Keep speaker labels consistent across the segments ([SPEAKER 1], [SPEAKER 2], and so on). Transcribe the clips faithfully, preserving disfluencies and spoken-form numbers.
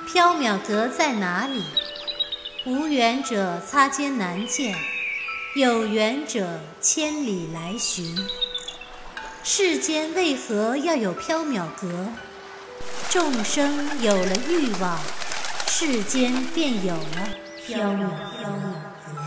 [SPEAKER 1] 缥缈阁在哪里？无缘者擦肩难见，有缘者千里来寻。世间为何要有缥缈阁？众生有了欲望，世间便有了缥缈缥缈阁。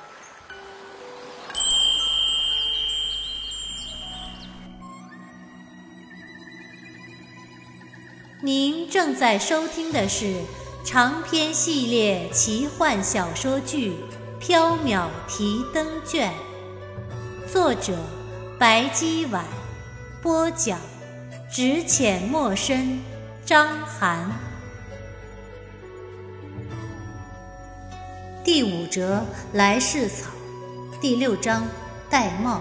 [SPEAKER 1] 您正在收听的是长篇系列奇幻小说剧《缥缈提灯卷》，作者白姬婉，播讲只浅墨深，张涵。第五折来世草，第六章玳瑁。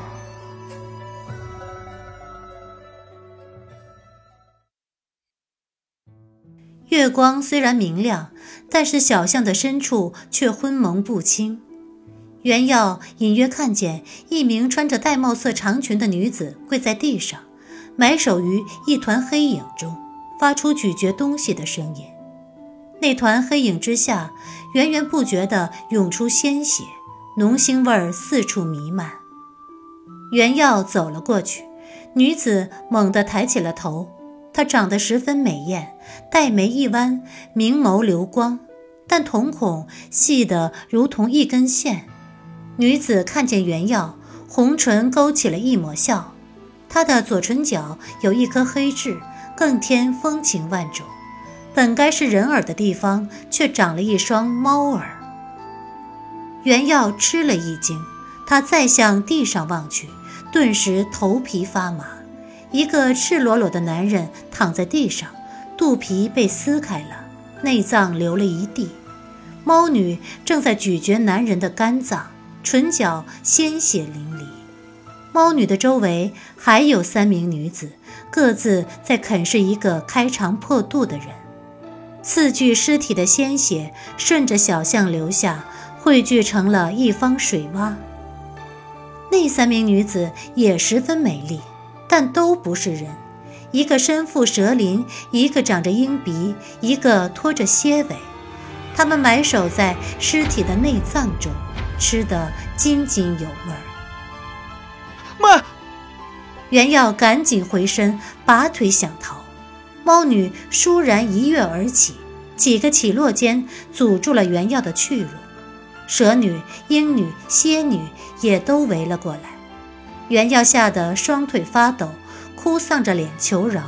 [SPEAKER 1] 月光虽然明亮，但是小巷的深处却昏蒙不清。袁耀隐约看见一名穿着玳瑁色长裙的女子跪在地上，埋首于一团黑影中，发出咀嚼东西的声音。那团黑影之下，源源不绝地涌出鲜血，浓腥味儿四处弥漫。袁耀走了过去，女子猛地抬起了头，她长得十分美艳，黛眉一弯，明眸流光，但瞳孔细得如同一根线。女子看见袁耀，红唇勾起了一抹笑，她的左唇角有一颗黑痣，更添风情万种。本该是人耳的地方，却长了一双猫耳。袁耀吃了一惊，他再向地上望去，顿时头皮发麻。一个赤裸裸的男人躺在地上，肚皮被撕开了，内脏流了一地。猫女正在咀嚼男人的肝脏，唇角鲜血淋漓。猫女的周围还有三名女子，各自在啃噬一个开肠破肚的人。四具尸体的鲜血顺着小巷流下，汇聚成了一方水洼。那三名女子也十分美丽，但都不是人，一个身负蛇鳞，一个长着鹰鼻，一个拖着蝎尾。他们埋首在尸体的内脏中，吃得津津有味儿。
[SPEAKER 2] 慢！
[SPEAKER 1] 袁耀赶紧回身，拔腿想逃。猫女倏然一跃而起，几个起落间阻住了袁耀的去路。蛇女、鹰女、蝎女也都围了过来。袁耀吓得双腿发抖，哭丧着脸求饶：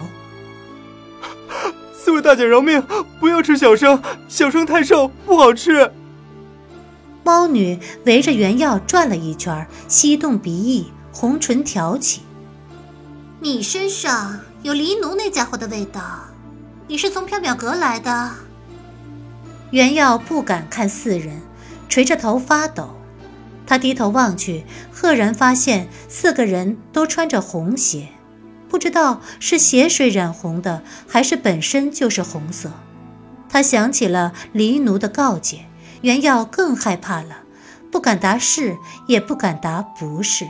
[SPEAKER 2] 四位大姐饶命，不要吃小生，小生太瘦，不好吃。
[SPEAKER 1] 猫女围着袁耀转了一圈，吸动鼻翼，红唇挑起：你身上有黎奴那家伙的味道，你是从缥缈阁来的？袁耀不敢看四人，垂着头发抖。他低头望去，赫然发现四个人都穿着红鞋，不知道是血水染红的，还是本身就是红色。他想起了黎奴的告诫，袁耀更害怕了，不敢答是，也不敢答不是。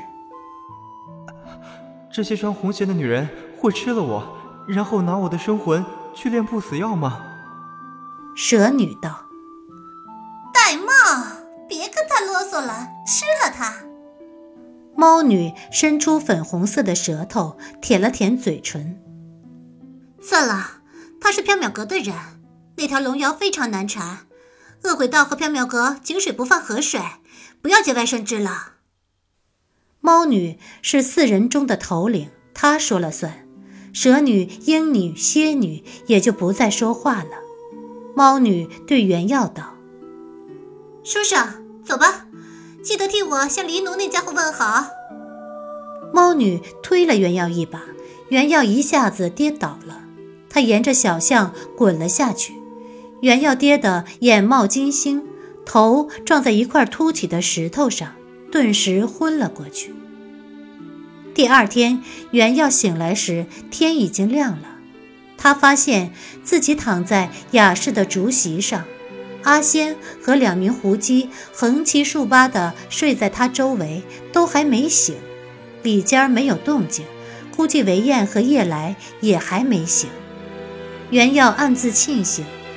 [SPEAKER 2] 这些穿红鞋的女人会吃了我，然后拿我的生魂去炼不死药吗？
[SPEAKER 1] 蛇女道：
[SPEAKER 3] 玳瑁，别跟他啰嗦了，吃了他。
[SPEAKER 1] 猫女伸出粉红色的舌头，舔了舔嘴唇。
[SPEAKER 3] 算了，他是缥缈阁的人，那条龙妖非常难缠，恶鬼道和缥缈阁井水不犯河水，不要节外生枝了。
[SPEAKER 1] 猫女是四人中的头领，她说了算，蛇女、鹰女、蝎女也就不再说话了。猫女对袁耀道：
[SPEAKER 3] 书生，走吧，记得替我向黎奴那家伙问好。
[SPEAKER 1] 猫女推了袁耀一把，袁耀一下子跌倒了，他沿着小巷滚了下去。袁耀跌得眼冒金星，头撞在一块凸起的石头上，顿时昏了过去。第二天，袁耀醒来时，天已经亮了。他发现自己躺在雅室的竹席上，阿仙和两名狐姬横七竖八地睡在他周围，都还没醒。里间没有动静，估计韦燕和夜来也还没醒。袁耀暗自庆幸，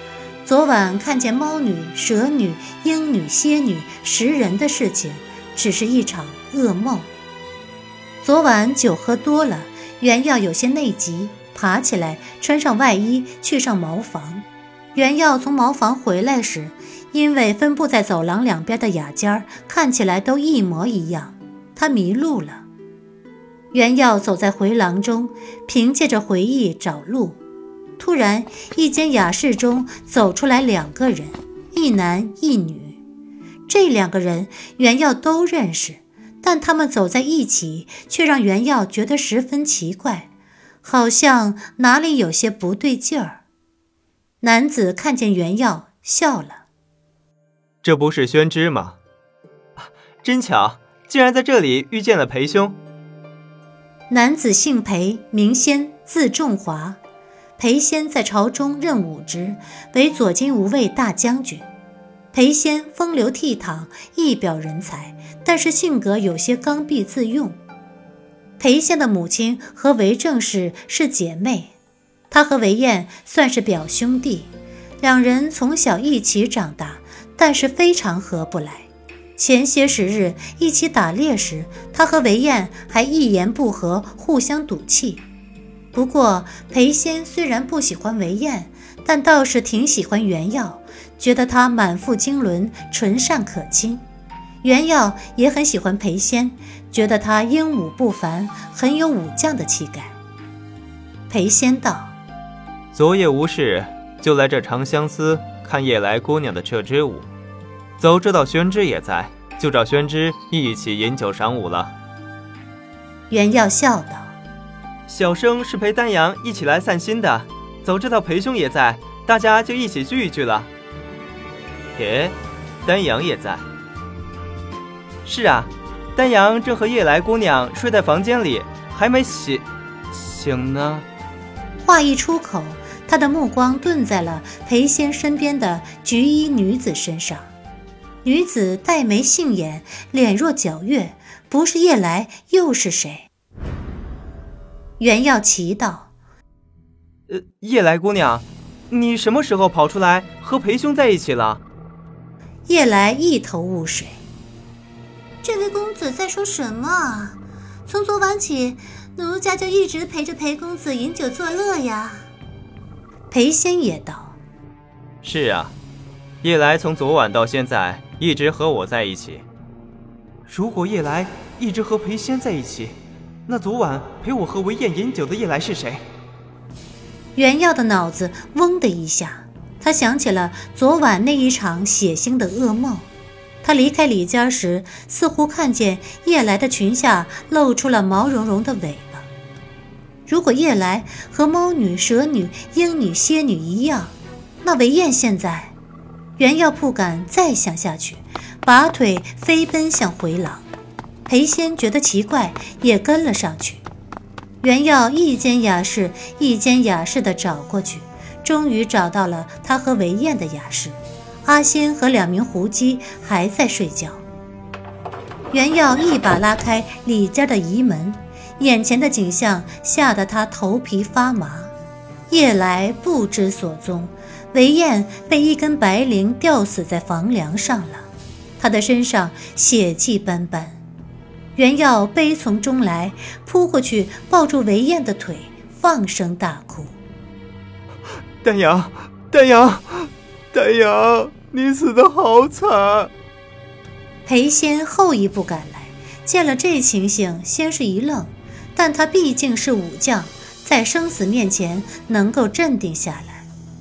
[SPEAKER 1] 昨晚看见猫女、蛇女、鹰女、蝎女食人的事情，只是一场噩梦。昨晚酒喝多了，袁耀有些内急，爬起来穿上外衣去上茅房。袁耀从茅房回来时，因为分布在走廊两边的雅间看起来都一模一样，他迷路了。袁耀走在回廊中，凭借着回忆找路。突然，一间雅室中走出来两个人，一男一女。这两个人袁耀都认识，但他们走在一起，却让袁耀觉得十分奇怪，好像哪里有些不对劲儿。男子看见袁耀，笑了：“
[SPEAKER 2] 这不是宣之吗？真巧，竟然在这里遇见了裴兄。”
[SPEAKER 1] 男子姓裴，名仙，字仲华。裴仙在朝中任武职，为左金吾卫大将军。裴仙风流倜傥，一表人才，但是性格有些刚愎自用。裴仙的母亲和韦正氏是姐妹，他和韦燕算是表兄弟，两人从小一起长大，但是非常合不来。前些时日一起打猎时，他和韦燕还一言不合，互相赌气。不过裴仙虽然不喜欢韦燕，但倒是挺喜欢袁耀，觉得他满腹经纶，纯善可亲。袁耀也很喜欢裴仙，觉得他英武不凡，很有武将的气概。裴仙道：“
[SPEAKER 2] 昨夜无事，就来这长相思看夜来姑娘的这支舞。早知道宣之也在，就找宣之一起饮酒赏舞了。”
[SPEAKER 1] 袁耀笑道：“
[SPEAKER 2] 小生是陪丹阳一起来散心的，早知道裴兄也在，大家就一起聚一聚了。”“耶，丹阳也在？”“是啊，丹阳正和夜来姑娘睡在房间里，还没醒醒呢。”
[SPEAKER 1] 话一出口，他的目光顿在了裴仙身边的橘衣女子身上。女子黛眉杏眼，脸若皎月，不是夜来又是谁？袁耀奇道：“
[SPEAKER 2] 呃，夜来姑娘，你什么时候跑出来和裴兄在一起了？”
[SPEAKER 1] 夜来一头雾水。
[SPEAKER 3] 这位公子在说什么啊？从昨晚起，奴家就一直陪着裴公子饮酒作乐呀。
[SPEAKER 1] 裴仙也道：“
[SPEAKER 2] 是啊，夜来从昨晚到现在一直和我在一起。如果夜来一直和裴仙在一起，那昨晚陪我和韦燕饮酒的夜来是谁？”
[SPEAKER 1] 袁耀的脑子嗡的一下，他想起了昨晚那一场血腥的噩梦。他离开里间时，似乎看见夜来的裙下露出了毛茸茸的尾巴。如果夜来和猫女、蛇女、鹰女、蝎女一样，那韦燕现在……袁耀不敢再想下去，拔腿飞奔向回廊。裴仙觉得奇怪，也跟了上去。袁耀一间雅室一间雅室地找过去，终于找到了他和韦燕的雅室。阿仙和两名狐姬还在睡觉。袁耀一把拉开里间的移门，眼前的景象吓得他头皮发麻。夜来不知所踪，韦燕被一根白绫吊死在房梁上了，他的身上血迹斑斑。袁耀悲从中来，扑过去抱住韦燕的腿，放声大哭：“
[SPEAKER 2] 丹阳，丹阳，丹阳，你死得好惨！”
[SPEAKER 1] 裴仙后一步赶来，见了这情形，先是一愣，但他毕竟是武将，在生死面前能够镇定下来。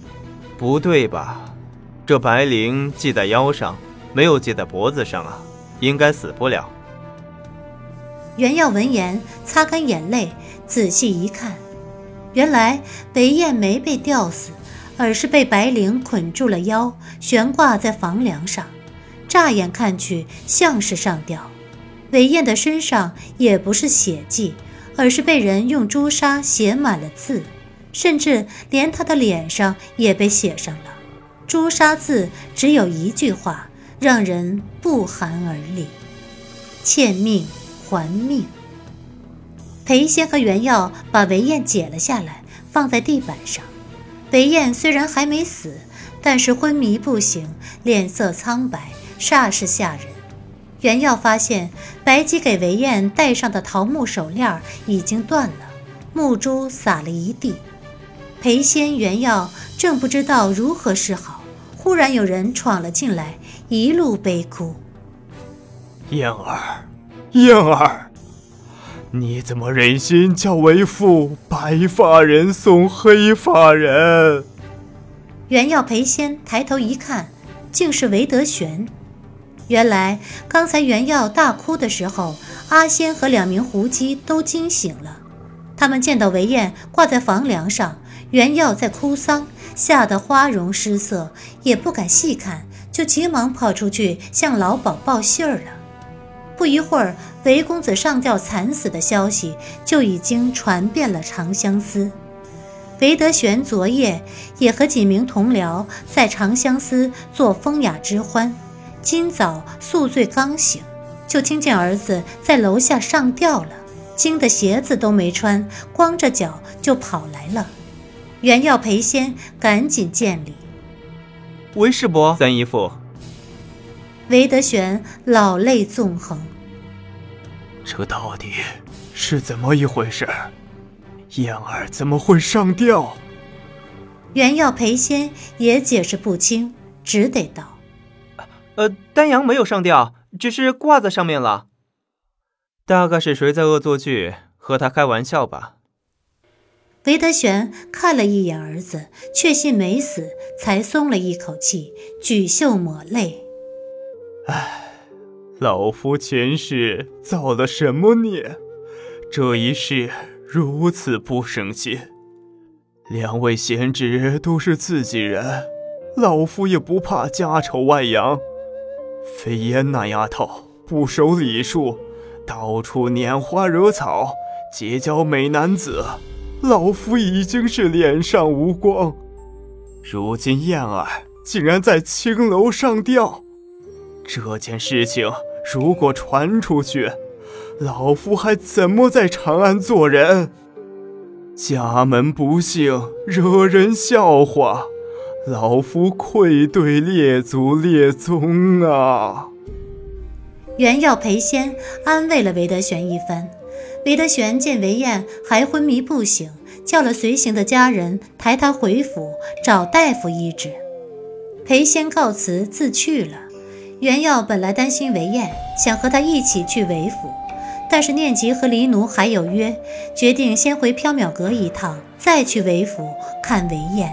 [SPEAKER 2] “不对吧？这白绫系在腰上，没有系在脖子上啊，应该死不了。”
[SPEAKER 1] 袁耀闻言擦干眼泪，仔细一看，原来韦燕没被吊死，而是被白绫捆住了腰，悬挂在房梁上，乍眼看去像是上吊。韦燕的身上也不是血迹，而是被人用朱砂写满了字，甚至连她的脸上也被写上了。朱砂字只有一句话，让人不寒而栗：欠命还命。裴仙和袁耀把韦燕解了下来，放在地板上。韦燕虽然还没死， 但是昏迷不醒，脸色苍白，煞是吓人。袁耀发现白姬给韦燕戴上的桃木手链已经断了，木珠洒了一地。裴仙、袁耀正不知道如何是好，忽然有人闯了进来，一路悲哭：
[SPEAKER 4] 燕儿，燕儿，你怎么忍心叫为父白发人送黑发人？
[SPEAKER 1] 袁耀、裴仙抬头一看，竟是韦德玄。原来刚才袁耀大哭的时候，阿仙和两名狐姬都惊醒了。他们见到韦燕挂在房梁上，袁耀在哭丧，吓得花容失色，也不敢细看，就急忙跑出去向老鸨报信儿了。不一会儿，韦公子上吊惨死的消息就已经传遍了长相思。韦德玄昨夜也和几名同僚在长相思做风雅之欢，今早宿醉刚醒，就听见儿子在楼下上吊了，惊得鞋子都没穿，光着脚就跑来了。袁耀、裴仙赶紧见礼：
[SPEAKER 2] 为师伯，三姨父。
[SPEAKER 1] 韦德玄老泪纵横：
[SPEAKER 4] 这到底是怎么一回事？燕儿怎么会上吊？
[SPEAKER 1] 袁耀、裴仙也解释不清，只得道：
[SPEAKER 2] 呃，丹阳没有上吊，只是挂在上面了。大概是谁在恶作剧，和他开玩笑吧。
[SPEAKER 1] 韦德玄看了一眼儿子，确信没死，才松了一口气，举袖抹泪：
[SPEAKER 4] 唉，老夫前世造了什么孽，这一世如此不省心。两位贤侄都是自己人，老夫也不怕家丑外扬。飞燕那丫头不守礼数，到处拈花惹草，结交美男子，老夫已经是脸上无光。如今燕儿竟然在青楼上吊，这件事情如果传出去，老夫还怎么在长安做人？家门不幸，惹人笑话，老夫愧对列祖列宗啊！
[SPEAKER 1] 袁耀、裴仙安慰了韦德玄一番。韦德玄见韦燕还昏迷不醒，叫了随行的家人抬他回府找大夫医治。裴仙告辞自去了。袁耀本来担心韦燕，想和他一起去韦府，但是念及和黎奴还有约，决定先回缥缈阁一趟，再去韦府看韦燕。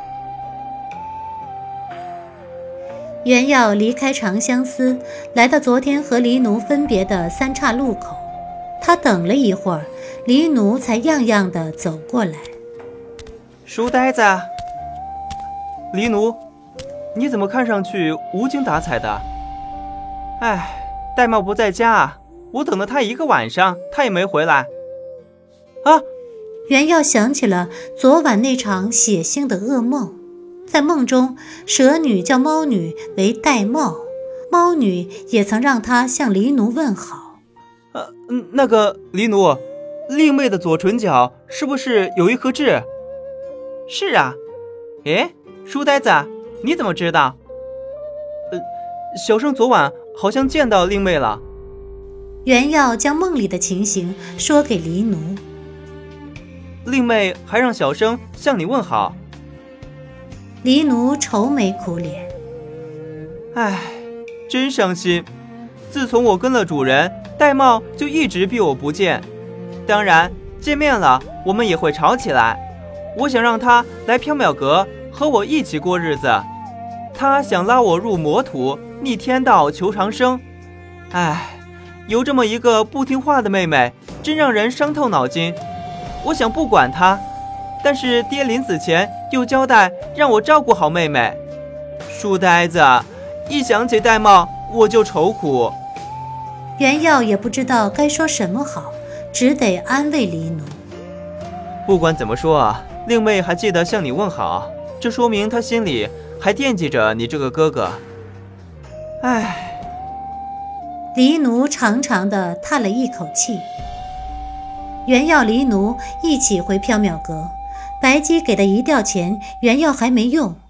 [SPEAKER 1] 袁耀离开长相思，来到昨天和黎奴分别的三岔路口。他等了一会儿，黎奴才样样的走过来。
[SPEAKER 2] 书呆子，黎奴，你怎么看上去无精打采的？哎，玳瑁不在家，我等了他一个晚上，他也没回来。啊！
[SPEAKER 1] 袁耀想起了昨晚那场血腥的噩梦，在梦中，蛇女叫猫女为玳瑁，猫女也曾让他向黎奴问好。
[SPEAKER 2] 呃，那个黎奴，令妹的左唇角是不是有一颗痣？是啊。诶，书呆子，你怎么知道？呃，小生昨晚好像见到令妹了。
[SPEAKER 1] 袁耀将梦里的情形说给黎奴。
[SPEAKER 2] 令妹还让小生向你问好。
[SPEAKER 1] 黎奴愁眉苦脸，
[SPEAKER 2] 唉，真伤心。自从我跟了主人，玳瑁就一直避我不见。当然，见面了，我们也会吵起来。我想让他来缥缈阁和我一起过日子，他想拉我入魔土，逆天道求长生。唉，有这么一个不听话的妹妹，真让人伤透脑筋。我想不管她，但是爹临死前又交代让我照顾好妹妹。书呆子，一想起玳瑁我就愁苦。
[SPEAKER 1] 袁耀也不知道该说什么好，只得安慰黎奴。
[SPEAKER 2] 不管怎么说啊，令妹还记得向你问好，这说明她心里还惦记着你这个哥哥。唉。
[SPEAKER 1] 黎奴长长的叹了一口气。袁耀、黎奴一起回缥缈阁，白姬给的一吊钱袁耀还没用，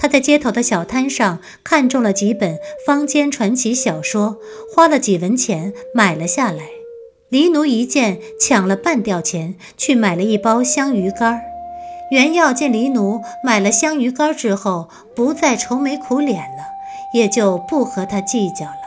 [SPEAKER 1] 他在街头的小摊上看中了几本坊间传奇小说，花了几文钱买了下来。黎奴一见，抢了半吊钱，去买了一包香鱼干。袁耀见黎奴买了香鱼干之后，不再愁眉苦脸了，也就不和他计较了。